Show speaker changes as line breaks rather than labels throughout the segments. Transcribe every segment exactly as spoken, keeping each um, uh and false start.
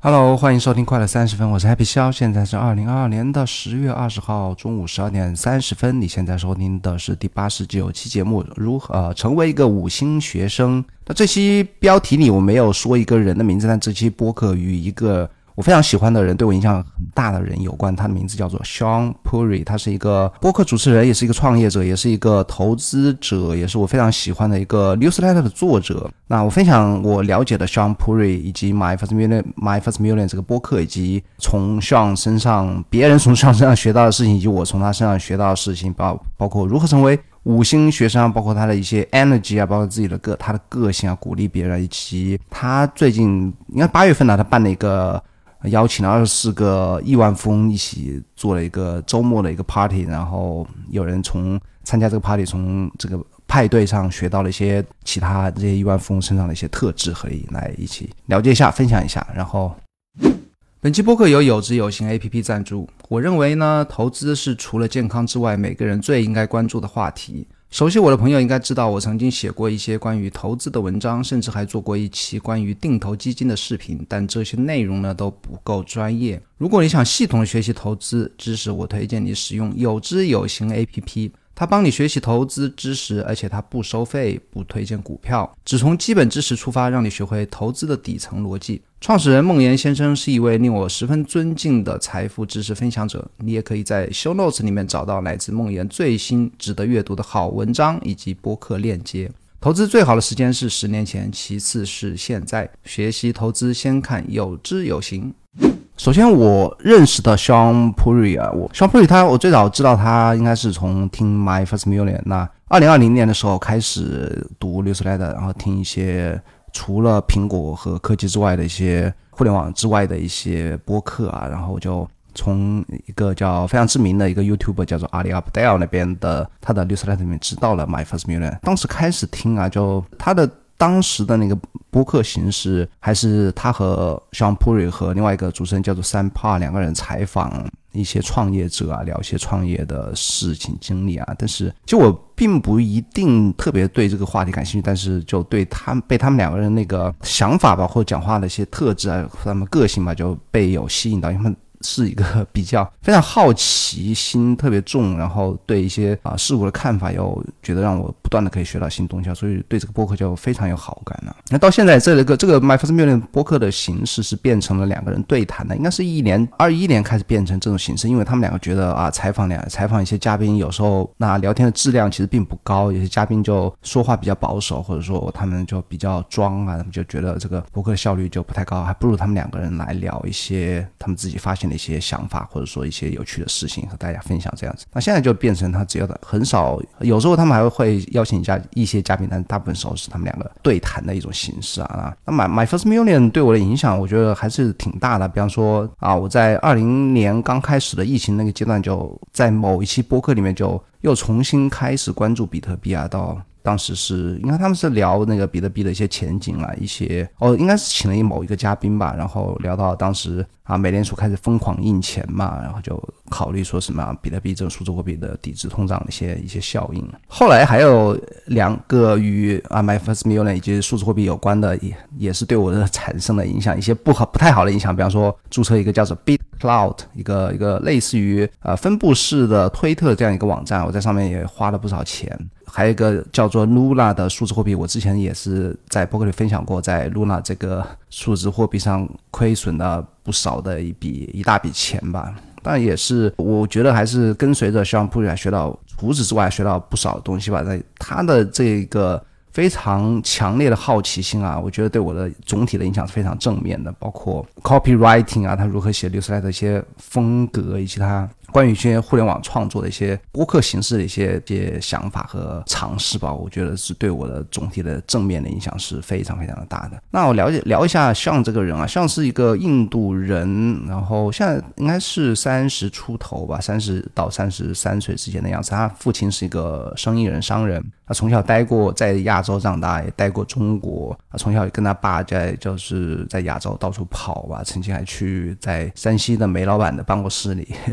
Hello， 欢迎收听快乐三十分，我是 Happy 肖，现在是二零二二年的十月二十号中午十二点三十分。你现在收听的是第八十九期节目，如何、呃、成为一个五星学生。那这期标题里我没有说一个人的名字，但这期播客与一个我非常喜欢的人，对我影响很大的人有关。他的名字叫做 Sean Puri， 他是一个播客主持人，也是一个创业者，也是一个投资者，也是我非常喜欢的一个 newsletter 的作者。那我分享我了解的 Sean Puri 以及 My First Million My First Million 这个播客，以及从 Sean 身上别人从 Sean 身上学到的事情，以及我从他身上学到的事情，包包括如何成为五星学生，包括他的一些 energy 啊，包括自己的个他的个性啊，鼓励别人，以及他最近应该八月份呢，他办了一个邀请了二十四个亿万富翁一起做了一个周末的一个 party， 然后有人从参加这个 party 从这个派对上学到了一些其他这些亿万富翁身上的一些特质，可以来一起了解一下，分享一下。然后本期播客由有知有行 A P P 赞助。我认为呢，投资是除了健康之外每个人最应该关注的话题。熟悉我的朋友应该知道，我曾经写过一些关于投资的文章，甚至还做过一期关于定投基金的视频，但这些内容呢都不够专业。如果你想系统的学习投资知识，我推荐你使用有知有行 A P P， 它帮你学习投资知识，而且它不收费，不推荐股票，只从基本知识出发，让你学会投资的底层逻辑。创始人孟岩先生是一位令我十分尊敬的财富知识分享者，你也可以在 show notes 里面找到来自孟岩最新值得阅读的好文章以及播客链接。投资最好的时间是十年前，其次是现在。学习投资先看有知有行。首先我认识的 Sean Puri 啊，我 Sean Puri 他我最早知道他应该是从听 My First Million， 那二零二零年的时候开始读 newsletter， 然后听一些除了苹果和科技之外的一些互联网之外的一些播客啊，然后就从一个叫非常知名的一个 YouTuber 叫做 Ali Abdaal 那边的他的 newsletter 里面知道了 My First Million。 当时开始听啊，就他的当时的那个播客形式还是他和 Sean Puri 和另外一个主持人叫做 Sam Parr 两个人采访一些创业者啊，聊一些创业的事情经历啊。但是就我并不一定特别对这个话题感兴趣，但是就对他们被他们两个人那个想法吧，或者讲话的一些特质啊，他们个性吧，就被有吸引到，因为他们是一个比较非常好奇心特别重，然后对一些啊事物的看法又觉得让我不断的可以学到新东西，所以对这个播客就非常有好感了、啊。那到现在这个这个 My First Million 播客的形式是变成了两个人对谈的，应该是一年二一年开始变成这种形式，因为他们两个觉得啊采访两采访一些嘉宾，有时候那聊天的质量其实并不高，有些嘉宾就说话比较保守，或者说他们就比较装啊，他们就觉得这个播客的效率就不太高，还不如他们两个人来聊一些他们自己发现的一些想法，或者说一些有趣的事情和大家分享这样子。那现在就变成他只有很少，有时候他们还会邀请一下一些嘉宾，但大部分时候是他们两个对谈的一种形式啊。那 My, My First Million 对我的影响我觉得还是挺大的，比方说啊，我在二零年刚开始的疫情那个阶段，就在某一期播客里面就又重新开始关注比特币啊，到当时是应该他们是聊那个比特币的一些前景啊，一些哦应该是请了某一个嘉宾吧，然后聊到当时啊美联储开始疯狂印钱嘛，然后就考虑说什么比特币这种数字货币的抵制通胀的一些一些效应。后来还有两个与啊 My First Million 以及数字货币有关的，也也是对我的产生的影响，一些不好不太好的影响，比方说注册一个叫做 BitCloud， 一个一个类似于呃分布式的推特这样一个网站，我在上面也花了不少钱。还有一个叫做 Luna 的数字货币，我之前也是在播客里分享过，在 Luna 这个数字货币上亏损了不少的一笔一大笔钱吧。当然也是我觉得还是跟随着 Sean Puri 学到除此之外学到不少东西吧，在他的这个非常强烈的好奇心啊，我觉得对我的总体的影响是非常正面的，包括 copywriting 啊，他如何写 newsletter 的一些风格，以及他关于一些互联网创作的一些播客形式的一些一些想法和尝试吧，我觉得是对我的总体的正面的影响是非常非常的大的。那我了解聊一下像这个人啊，像是一个印度人，然后现在应该是三十出头吧，三十到三十三岁之间的样子。他父亲是一个生意人商人，他从小待过在亚洲长大，也待过中国，他从小也跟他爸在就是在亚洲到处跑吧，曾经还去在山西的煤老板的办公室里看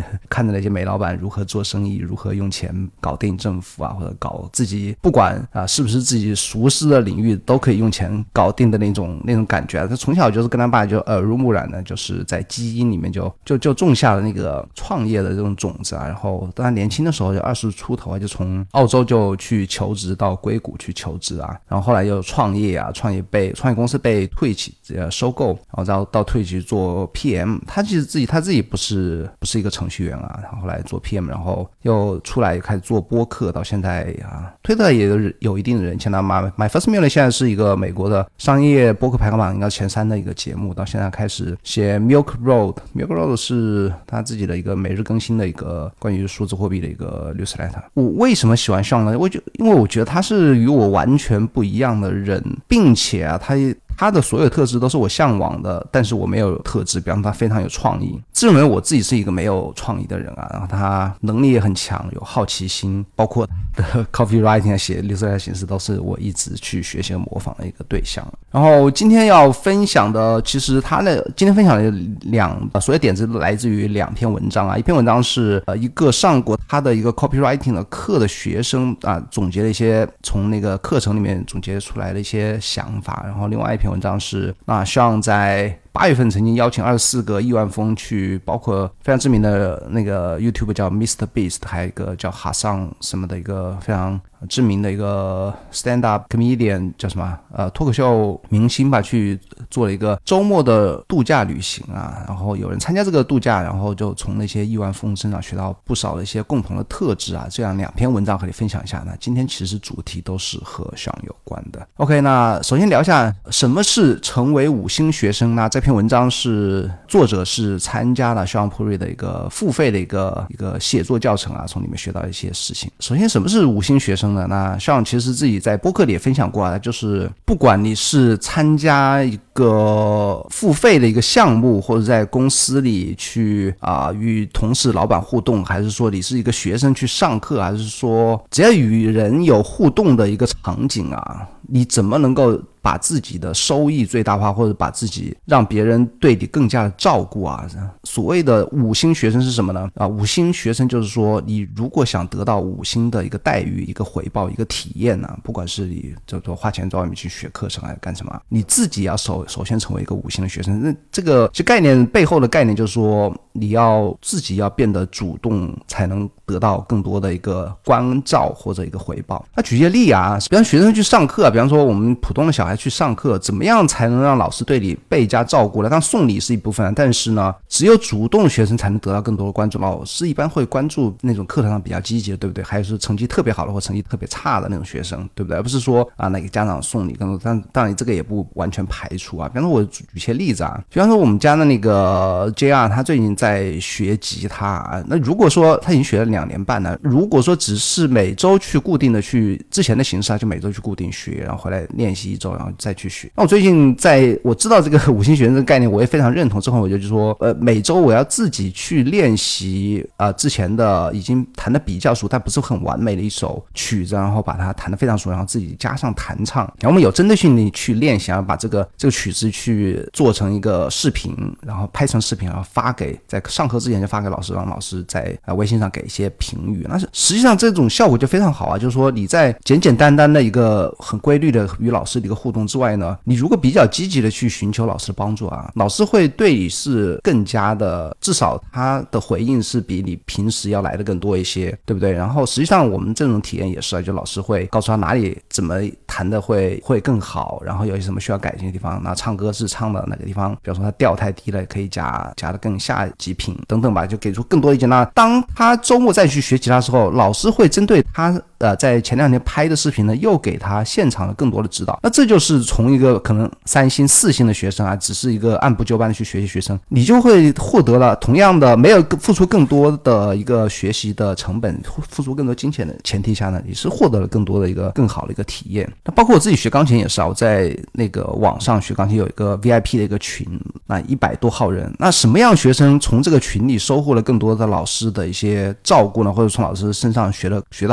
看着那些煤老板如何做生意，如何用钱搞定政府啊，或者搞自己不管啊是不是自己熟悉的领域都可以用钱搞定的那种那种感觉啊。他从小就是跟他爸就耳濡目染的，就是在基因里面就就就种下了那个创业的这种种子啊。然后当然年轻的时候就二十出头啊，就从澳洲就去求职到硅谷去求职啊，然后后来又创业啊，创业被创业公司被Twitch呃收购，然后到到Twitch做 P M。他其实自己他自己不是不是一个程序员啊，然后后来做 P M， 然后又出来开始做播客，到现在啊，推特也有有一定的人气。那 My My First Million 现在是一个美国的商业播客排行榜应该前三的一个节目，到现在开始写 Milk Road，Milk Road 是他自己的一个每日更新的一个关于数字货币的一个 newsletter。我为什么喜欢 Sean 呢？我就因为我觉得他是与我完全不一样的人，并且啊，他他的所有特质都是我向往的，但是我没有特质。比方说他非常有创意，自认为我自己是一个没有创意的人啊，然后他能力也很强，有好奇心，包括他的 copywriting 写newsletter形式都是我一直去学习和模仿的一个对象。然后今天要分享的，其实他的今天分享的两所有点子来自于两篇文章啊，一篇文章是呃一个上过他的一个 copywriting 的课的学生啊，总结了一些从那个课程里面总结出来的一些想法，然后另外一篇文章是啊，希望在八月份曾经邀请二十四个亿万富去，包括非常知名的那个 YouTube 叫 Mister Beast， 还有一个叫哈桑什么的一个非常知名的一个 stand up comedian 叫什么呃脱口秀明星吧，去做了一个周末的度假旅行啊，然后有人参加这个度假，然后就从那些亿万富翁身上学到不少的一些共同的特质啊，这样两篇文章可以分享一下。那今天其实主题都是和上有关的。 OK， 那首先聊一下什么是成为五星学生。那这篇文章是作者是参加了 Sean Puri 的一个付费的一个一个写作教程啊，从里面学到一些事情。首先什么是五星学生呢？那 Sean 其实自己在播客里也分享过啊，就是不管你是参加一个付费的一个项目，或者在公司里去啊、呃、与同事老板互动，还是说你是一个学生去上课，还是说只要与人有互动的一个场景啊，你怎么能够把自己的收益最大化，或者把自己让别人对你更加的照顾啊。所谓的五星学生是什么呢？啊，五星学生就是说，你如果想得到五星的一个待遇、一个回报、一个体验啊，不管是你就说花钱在外面去学课程还是干什么，你自己要首首先成为一个五星的学生。那这个这概念背后的概念就是说，你要自己要变得主动，才能得到更多的一个关照或者一个回报。那举些例啊，比方学生去上课啊，比方说我们普通的小孩去上课，怎么样才能让老师对你倍加照顾呢？当然送礼是一部分，但是呢，只有主动的学生才能得到更多的关注。老师一般会关注那种课堂上比较积极的，对不对？还有是成绩特别好的或成绩特别差的那种学生，对不对？而不是说啊，那个家长送礼更多。但当然这个也不完全排除啊。比方说我举些例子啊，比方说我们家的那个 J R， 他最近在学吉他啊。那如果说他已经学了两年半了，如果说只是每周去固定的去之前的形式啊，就每周去固定学，然后回来练习一周，然后再去学。那我最近在我知道这个五星学生的概念，我也非常认同之后，我就说，呃，每周我要自己去练习啊、呃，之前的已经弹的比较熟，但不是很完美的一首曲子，然后把它弹得非常熟，然后自己加上弹唱，然后我们有针对性的去练习，然后把这个这个曲子去做成一个视频，然后拍成视频，然后发给在上课之前就发给老师，让老师在、呃、微信上给一些评语。那是实际上这种效果就非常好啊，就是说你在简简单单的一个很规律的与老师的一个互动之外呢，你如果比较积极的去寻求老师的帮助啊，老师会对你是更加的，至少他的回应是比你平时要来的更多一些，对不对？然后实际上我们这种体验也是啊，就老师会告诉他哪里怎么弹的会会更好，然后有些什么需要改进的地方，那唱歌是唱的哪个地方，比如说他调太低了可以加加的更下几品等等吧，就给出更多意见。那当他周末再去学吉他的时候，老师会针对他呃在前两天拍的视频呢，又给他现场的更多的指导。那这就是从一个可能三星四星的学生啊，只是一个按部就班的去学习学生，你就会获得了同样的没有付出更多的一个学习的成本，付出更多金钱的前提下呢，你是获得了更多的一个更好的一个体验。那包括我自己学钢琴也是啊，我在那个网上学钢琴有一个 V I P 的一个群，那一百多号人，那什么样学生从这个群里收获了更多的老师的一些照顾呢？或者从老师身上学了学到更多东西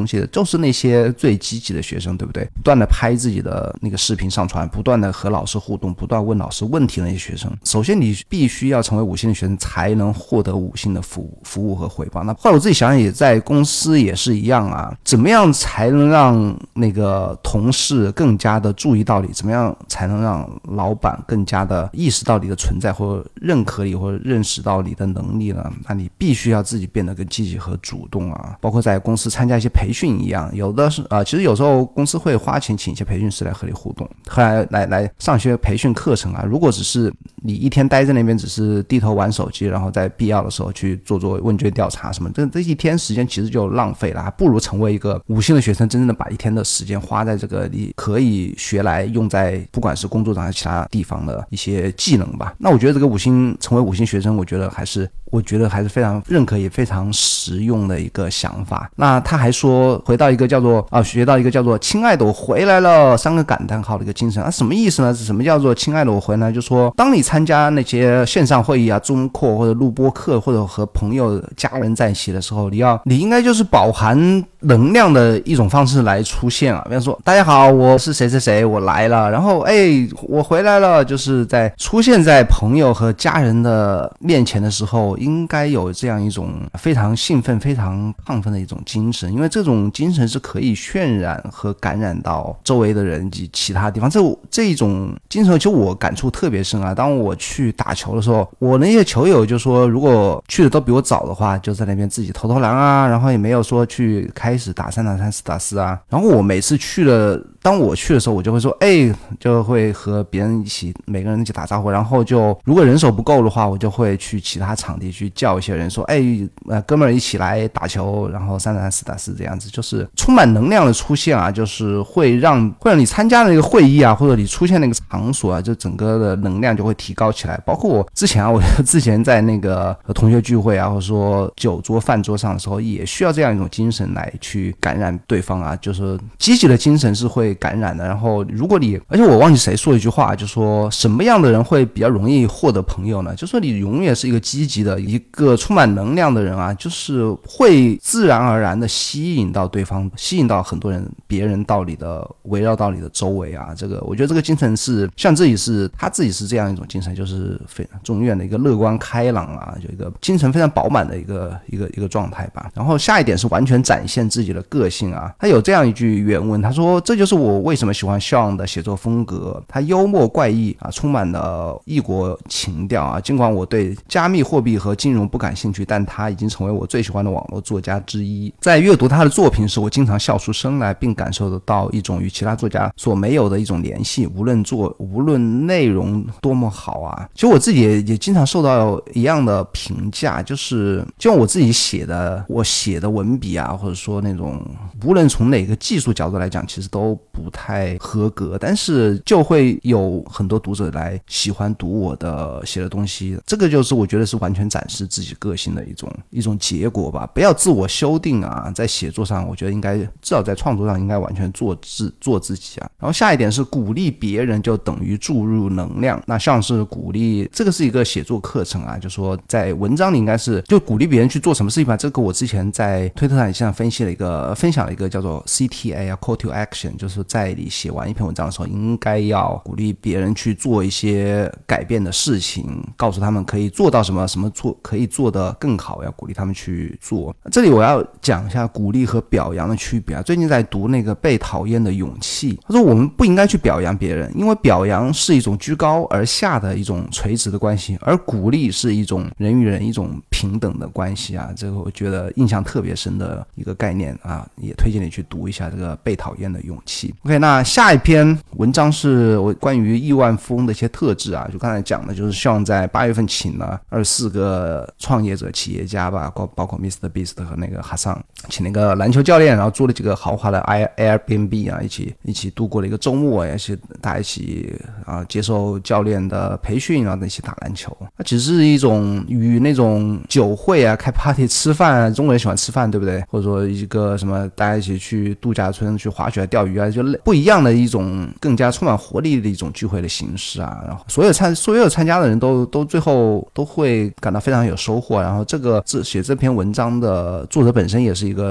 西的，就是那些最积极的学生，对不对？不断的拍自己的那个视频上传，不断的和老师互动，不断问老师问题的那些学生。首先你必须要成为五星的学生，才能获得五星的服务服务和回报。那后来我自己想想，也在公司也是一样啊，怎么样才能让那个同事更加的注意到你，怎么样才能让老板更加的意识到你的存在，或者认可你，或者认识到你的能力呢？那你必须要自己变得更积极和主动啊，包括在公司参加一些培训一样，有的是啊、呃，其实有时候公司会花钱请一些培训师来和你互动，来来来上学培训课程啊。如果只是你一天待在那边，只是低头玩手机，然后在必要的时候去做做问卷调查什么，这这一天时间其实就浪费了，还不如成为一个五星的学生，真正的把一天的时间花在这个你可以学来用在不管是工作上还是其他地方的一些技能吧。那我觉得这个五星成为五星学生，我觉得还是我觉得还是非常认可也非常实用的一个想法。那他还说回到一个叫做啊，学到一个叫做亲爱的我回来了三个感叹号的一个精神啊，什么意思呢？什么叫做亲爱的我回来？就说当你参加那些线上会议啊、中课或者录播课，或者和朋友家人在一起的时候，你要你应该就是饱含能量的一种方式来出现啊。比方说大家好，我是谁谁谁，我来了，然后哎我回来了，就是在出现在朋友和家人的面前的时候，应该有这样一种非常兴奋非常亢奋的一种精神，因为这种精神是可以渲染和感染到周围的人及其他地方。这这种精神其实我感触特别深啊。当我去打球的时候，我那些球友就说如果去的都比我早的话，就在那边自己投投篮啊，然后也没有说去开始打三打三四打四啊。然后我每次去了，当我去的时候，我就会说哎，就会和别人一起每个人一起打招呼，然后就如果人手不够的话，我就会去其他场地去叫一些人说哎，呃，哥们儿一起来打球，然后三打三四打四这样子，就是充满能量的出现啊，就是会让会让你参加那个会议啊，或者你出现那个场所啊，就整个的能量就会提高起来。包括我之前啊，我之前在那个同学聚会啊，或者说酒桌饭桌上的时候，也需要这样一种精神来去感染对方啊，就是积极的精神是会感染的。然后如果你，而且我忘记谁说一句话，就说什么样的人会比较容易获得朋友呢？就说你永远是一个积极的一个充满能量的人啊，就是会自然而然的吸引到对方，吸引到很多人别人到你的围绕到你的周围啊。这个我觉得这个精神是像自己是他自己是这样一种精神，就是非常永远的一个乐观开朗啊，就一个精神非常饱满的一个一个一个状态吧。然后下一点是完全展现自己的个性啊。他有这样一句原文，他说这就是我为什么喜欢 Sean 的写作风格，他幽默怪异啊，充满了异国情调啊。尽管我对加密货币和金融不感兴趣，但他已经成为我最喜欢的网络作家之一。在阅读他的作品时，我经常笑出声来，并感受得到一种与其他作家所没有的一种联系，无论做无论内容多么好啊。其实我自己 也, 也经常受到一样的评价，就是就像我自己写的我写的文笔啊，或者说那种无论从哪个技术角度来讲其实都不太合格，但是就会有很多读者来喜欢读我的写的东西。这个就是我觉得是完全展示自己个性的一种一种结果吧。不要自我修订啊，在写作上我觉得应该至少在创作上应该完全做自做自己啊。然后下一点是鼓励别人就等于注入能量。那像是鼓励，这个是一个写作课程啊，就说在文章里应该是就鼓励别人去做什么事情吧。这个我之前在推特上也像分析了一个分享了一个叫做 C T A 啊 Call to Action， 就是在你写完一篇文章的时候应该要鼓励别人去做一些改变的事情，告诉他们可以做到什么什么做可以做得更好，要鼓励他们去做。这里我要讲一下鼓励和表扬的区别啊。最近在读那个被讨厌的勇气，他说我们不应该去表扬别人，因为表扬是一种居高而下的一种垂直的关系，而鼓励是一种人与人一种平等的关系啊。这个我觉得印象特别深的一个概念啊，也推荐你去读一下这个被讨厌的勇气。 OK， 那下一篇文章是我关于亿万富翁的一些特质啊，就刚才讲的就是希望在八月份请了二十四个创业者企业家吧，包括 Mister Beast 和那个哈桑，请那个篮球教练，然后租了几个豪华的 Airbnb 啊，一起一起度过了一个周末，也是大家一起啊接受教练的培训，然后一起打篮球。它只是一种与那种酒会啊、开 party 吃饭啊，中国人喜欢吃饭对不对？或者说一个什么大家一起去度假村去滑雪钓鱼啊，就不一样的一种更加充满活力的一种聚会的形式啊。然后所有参所有参加的人都都最后都会感到非常有收获。然后这个写这篇文章的作者本身也是一个创业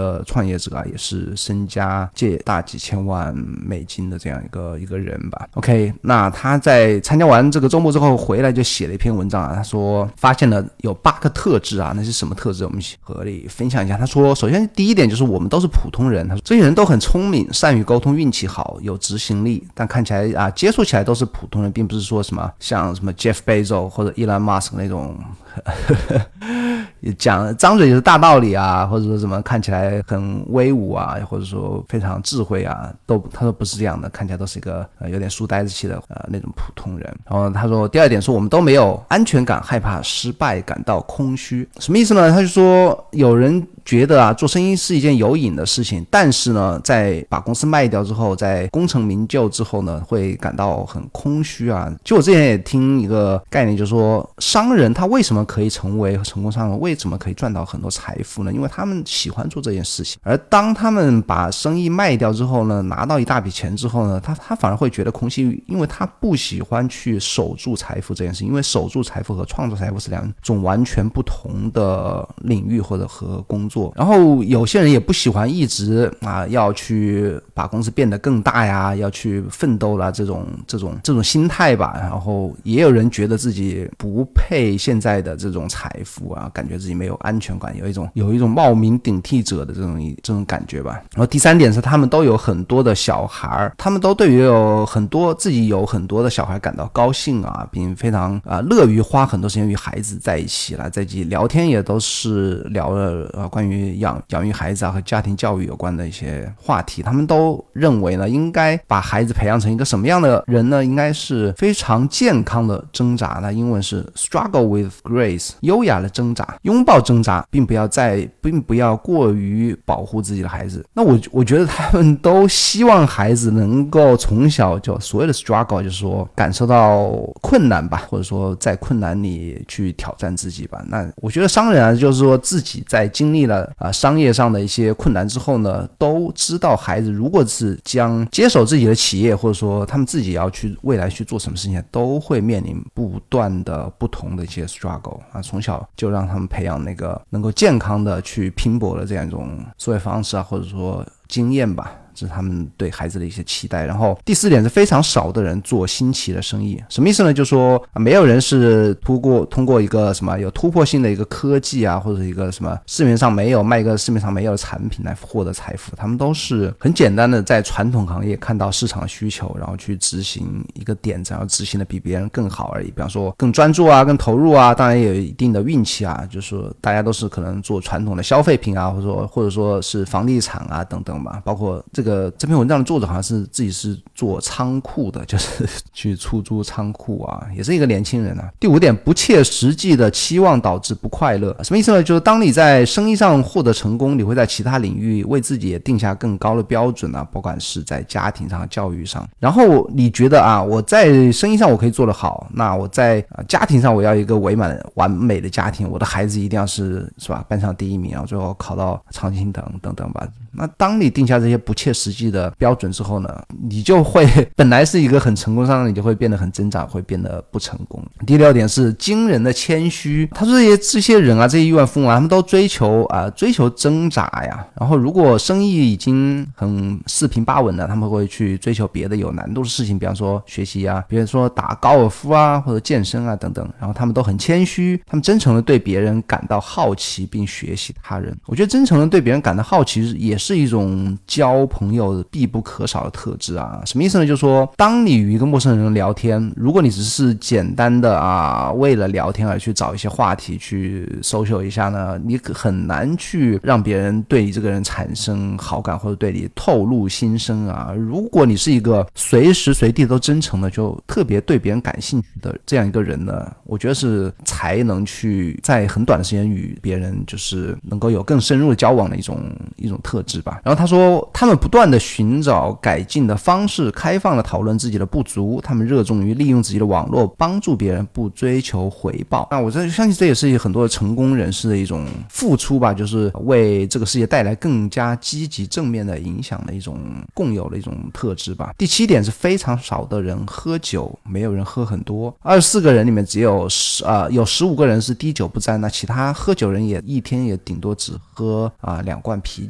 业者啊，也是身家借大几千万美金的这样一个一个人吧。 OK， 那他在参加完这个周末之后回来就写了一篇文章啊，他说发现了有八个特质啊，那是什么特质我们和你分享一下。他说首先第一点就是我们都是普通人，他说这些人都很聪明，善于沟通，运气好，有执行力，但看起来啊接触起来都是普通人，并不是说什么像什么 Jeff Bezos 或者 Elon Musk 那种讲张嘴就是大道理啊，或者说什么看起来很威武啊，或者说非常智慧啊，都他说不是这样的，看起来都是一个、呃、有点书呆子气的呃那种普通人。然后他说第二点说我们都没有安全感，害怕失败，感到空虚。什么意思呢？他就说有人觉得啊做生意是一件有瘾的事情，但是呢在把公司卖掉之后，在功成名就之后呢会感到很空虚啊。就我之前也听一个概念，就是说商人他为什么可以成为成功商人，为什么可以赚到很多财富呢？因为他们喜欢做这件事情。而当他们把生意卖掉之后呢，拿到一大笔钱之后呢，他他反而会觉得空虚，因为他不喜欢去守住财富这件事情。因为守住财富和创造财富是两种完全不同的领域或者和工作。然后有些人也不喜欢一直啊要去把公司变得更大呀，要去奋斗啦，这种这种这种心态吧。然后也有人觉得自己不配现在的这种财富啊，感觉自己没有安全感，有一种有一种冒名顶替者的这种这种感觉吧。然后第三点是他们都有很多的小孩，他们都对于有很多自己有很多的小孩感到高兴啊，并非常啊乐于花很多时间与孩子在一起啦，在一起聊天也都是聊了呃关于养养育孩子啊和家庭教育有关的一些话题。他们都认为呢，应该把孩子培养成一个什么样的人呢？应该是非常健康的挣扎，那英文是 struggle with grace， 优雅的挣扎，拥抱挣扎，并不要在并不要过于保护自己的孩子。那我我觉得他们都希望孩子能够从小就所谓的 struggle， 就是说感受到困难吧，或者说在困难里去挑战自己吧。那我觉得商人啊，就是说自己在经历了啊商业上的一些困难之后呢，都知道孩子如果是将接手自己的企业，或者说他们自己要去未来去做什么事情，都会面临不断的不同的一些 struggle 啊，从小就让他们培养那个能够健康的去拼搏的这样一种思维方式啊，或者说经验吧，这是他们对孩子的一些期待。然后第四点是非常少的人做新奇的生意。什么意思呢？就是说没有人是通过通过一个什么有突破性的一个科技啊，或者一个什么市面上没有卖一个市面上没有的产品来获得财富。他们都是很简单的在传统行业看到市场需求，然后去执行一个点子，然后执行的比别人更好而已。比方说更专注啊，更投入啊，当然也有一定的运气啊，就是说大家都是可能做传统的消费品啊，或者说或者说是房地产啊等等吧。包括这个这篇文章的作者好像是自己是做仓库的，就是去出租仓库啊，也是一个年轻人啊。第五点，不切实际的期望导致不快乐。什么意思呢？就是当你在生意上获得成功，你会在其他领域为自己也定下更高的标准啊，不管是在家庭上、教育上。然后你觉得啊，我在生意上我可以做得好，那我在、啊、家庭上我要一个完满完美的家庭，我的孩子一定要是是吧班上第一名啊，最后考到常青藤等等吧。那当你定下这些不切实际的标准之后呢，你就会本来是一个很成功商人，你就会变得很挣扎，会变得不成功。第六点是惊人的谦虚。他说这些这些人啊，这些亿万富翁啊，他们都追求啊、呃、追求挣扎呀。然后如果生意已经很四平八稳了，他们会去追求别的有难度的事情，比方说学习啊，比如说打高尔夫啊，或者健身啊等等。然后他们都很谦虚，他们真诚的对别人感到好奇，并学习他人。我觉得真诚的对别人感到好奇也是一种交朋友必不可少的特质啊。什么意思呢？就是说当你与一个陌生人聊天，如果你只是简单的啊为了聊天而去找一些话题去 social 一下呢，你很难去让别人对你这个人产生好感，或者对你透露心声啊。如果你是一个随时随地都真诚的，就特别对别人感兴趣的这样一个人呢，我觉得是才能去在很短的时间与别人就是能够有更深入的交往的一种一种特质吧。然后他说他们不断的寻找改进的方式，开放的讨论自己的不足，他们热衷于利用自己的网络帮助别人，不追求回报。那我相信这也是很多成功人士的一种付出吧，就是为这个世界带来更加积极正面的影响的一种共有的一种特质吧。第七点是非常少的人喝酒，没有人喝很多。二十四个人里面只有十呃有十五个人是滴酒不沾，那其他喝酒人也一天也顶多只喝啊、呃、两罐啤酒而已。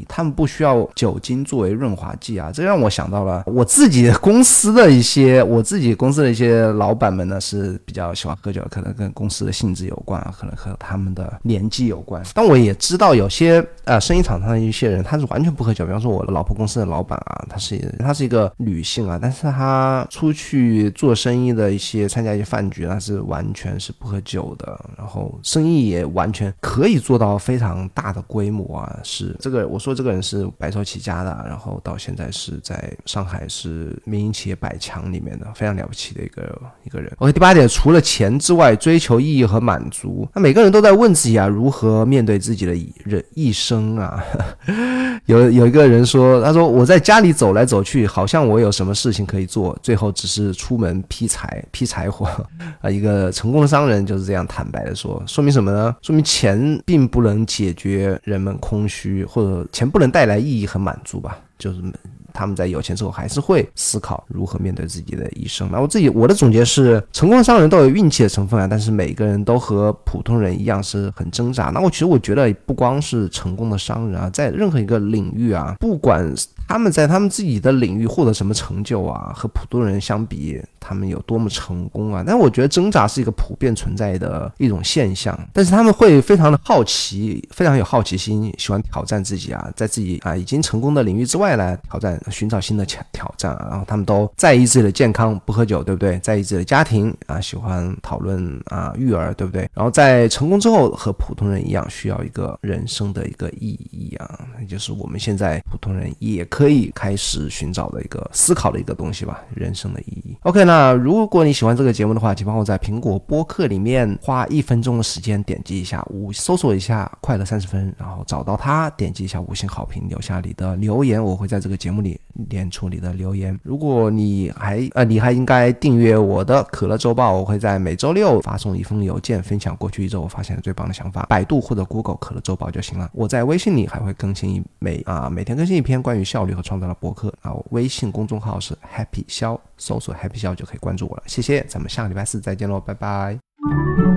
理，他们不需要酒精作为润滑剂啊。这让我想到了我自己公司的一些我自己公司的一些老板们呢是比较喜欢喝酒，可能跟公司的性质有关，可能和他们的年纪有关。但我也知道有些呃生意场上的一些人他是完全不喝酒，比方说我的老婆公司的老板啊，他是他是一个女性啊，但是他出去做生意的一些参加一些饭局，他是完全是不喝酒的，然后生意也完全可以做到非常大的规模啊。是这个我说这个人是白手起家的，然后到现在是在上海是民营企业百强里面的非常了不起的一个一个人。 OK， 第八点，除了钱之外追求意义和满足。那每个人都在问自己啊，如何面对自己的一生啊。有有一个人说，他说我在家里走来走去，好像我有什么事情可以做，最后只是出门劈柴劈柴火啊。一个成功的商人就是这样坦白的说，说明什么呢？说明钱并不能解决人们空虚，或者钱不能带来意义和满足吧，就是他们在有钱之后还是会思考如何面对自己的一生。那我自己我的总结是，成功的商人都有运气的成分啊，但是每个人都和普通人一样是很挣扎。那我其实我觉得不光是成功的商人啊，在任何一个领域啊，不管他们在他们自己的领域获得什么成就啊，和普通人相比他们有多么成功啊，但我觉得挣扎是一个普遍存在的一种现象。但是他们会非常的好奇，非常有好奇心，喜欢挑战自己啊，在自己啊已经成功的领域之外来挑战，寻找新的挑战啊。然后他们都在意自己的健康，不喝酒，对不对？在意自己的家庭啊，喜欢讨论啊育儿，对不对？然后在成功之后和普通人一样，需要一个人生的一个意义啊，也就是我们现在普通人也可以开始寻找的一个思考的一个东西吧，人生的意义。 OK， 那如果你喜欢这个节目的话，请帮我在苹果播客里面花一分钟的时间点击一下五搜索一下快乐三十分，然后找到它，点击一下五星好评，留下你的留言，我会在这个节目里念出你的留言。如果你还呃你还应该订阅我的可乐周报，我会在每周六发送一封邮件，分享过去一周我发现的最棒的想法。百度或者 Google 可乐周报就行了。我在微信里还会更新每啊每天更新一篇关于效率和创造的博客啊，微信公众号是 Happy 肖，搜索 Happy 肖就可以关注我了。谢谢，咱们下个礼拜四再见喽，拜拜。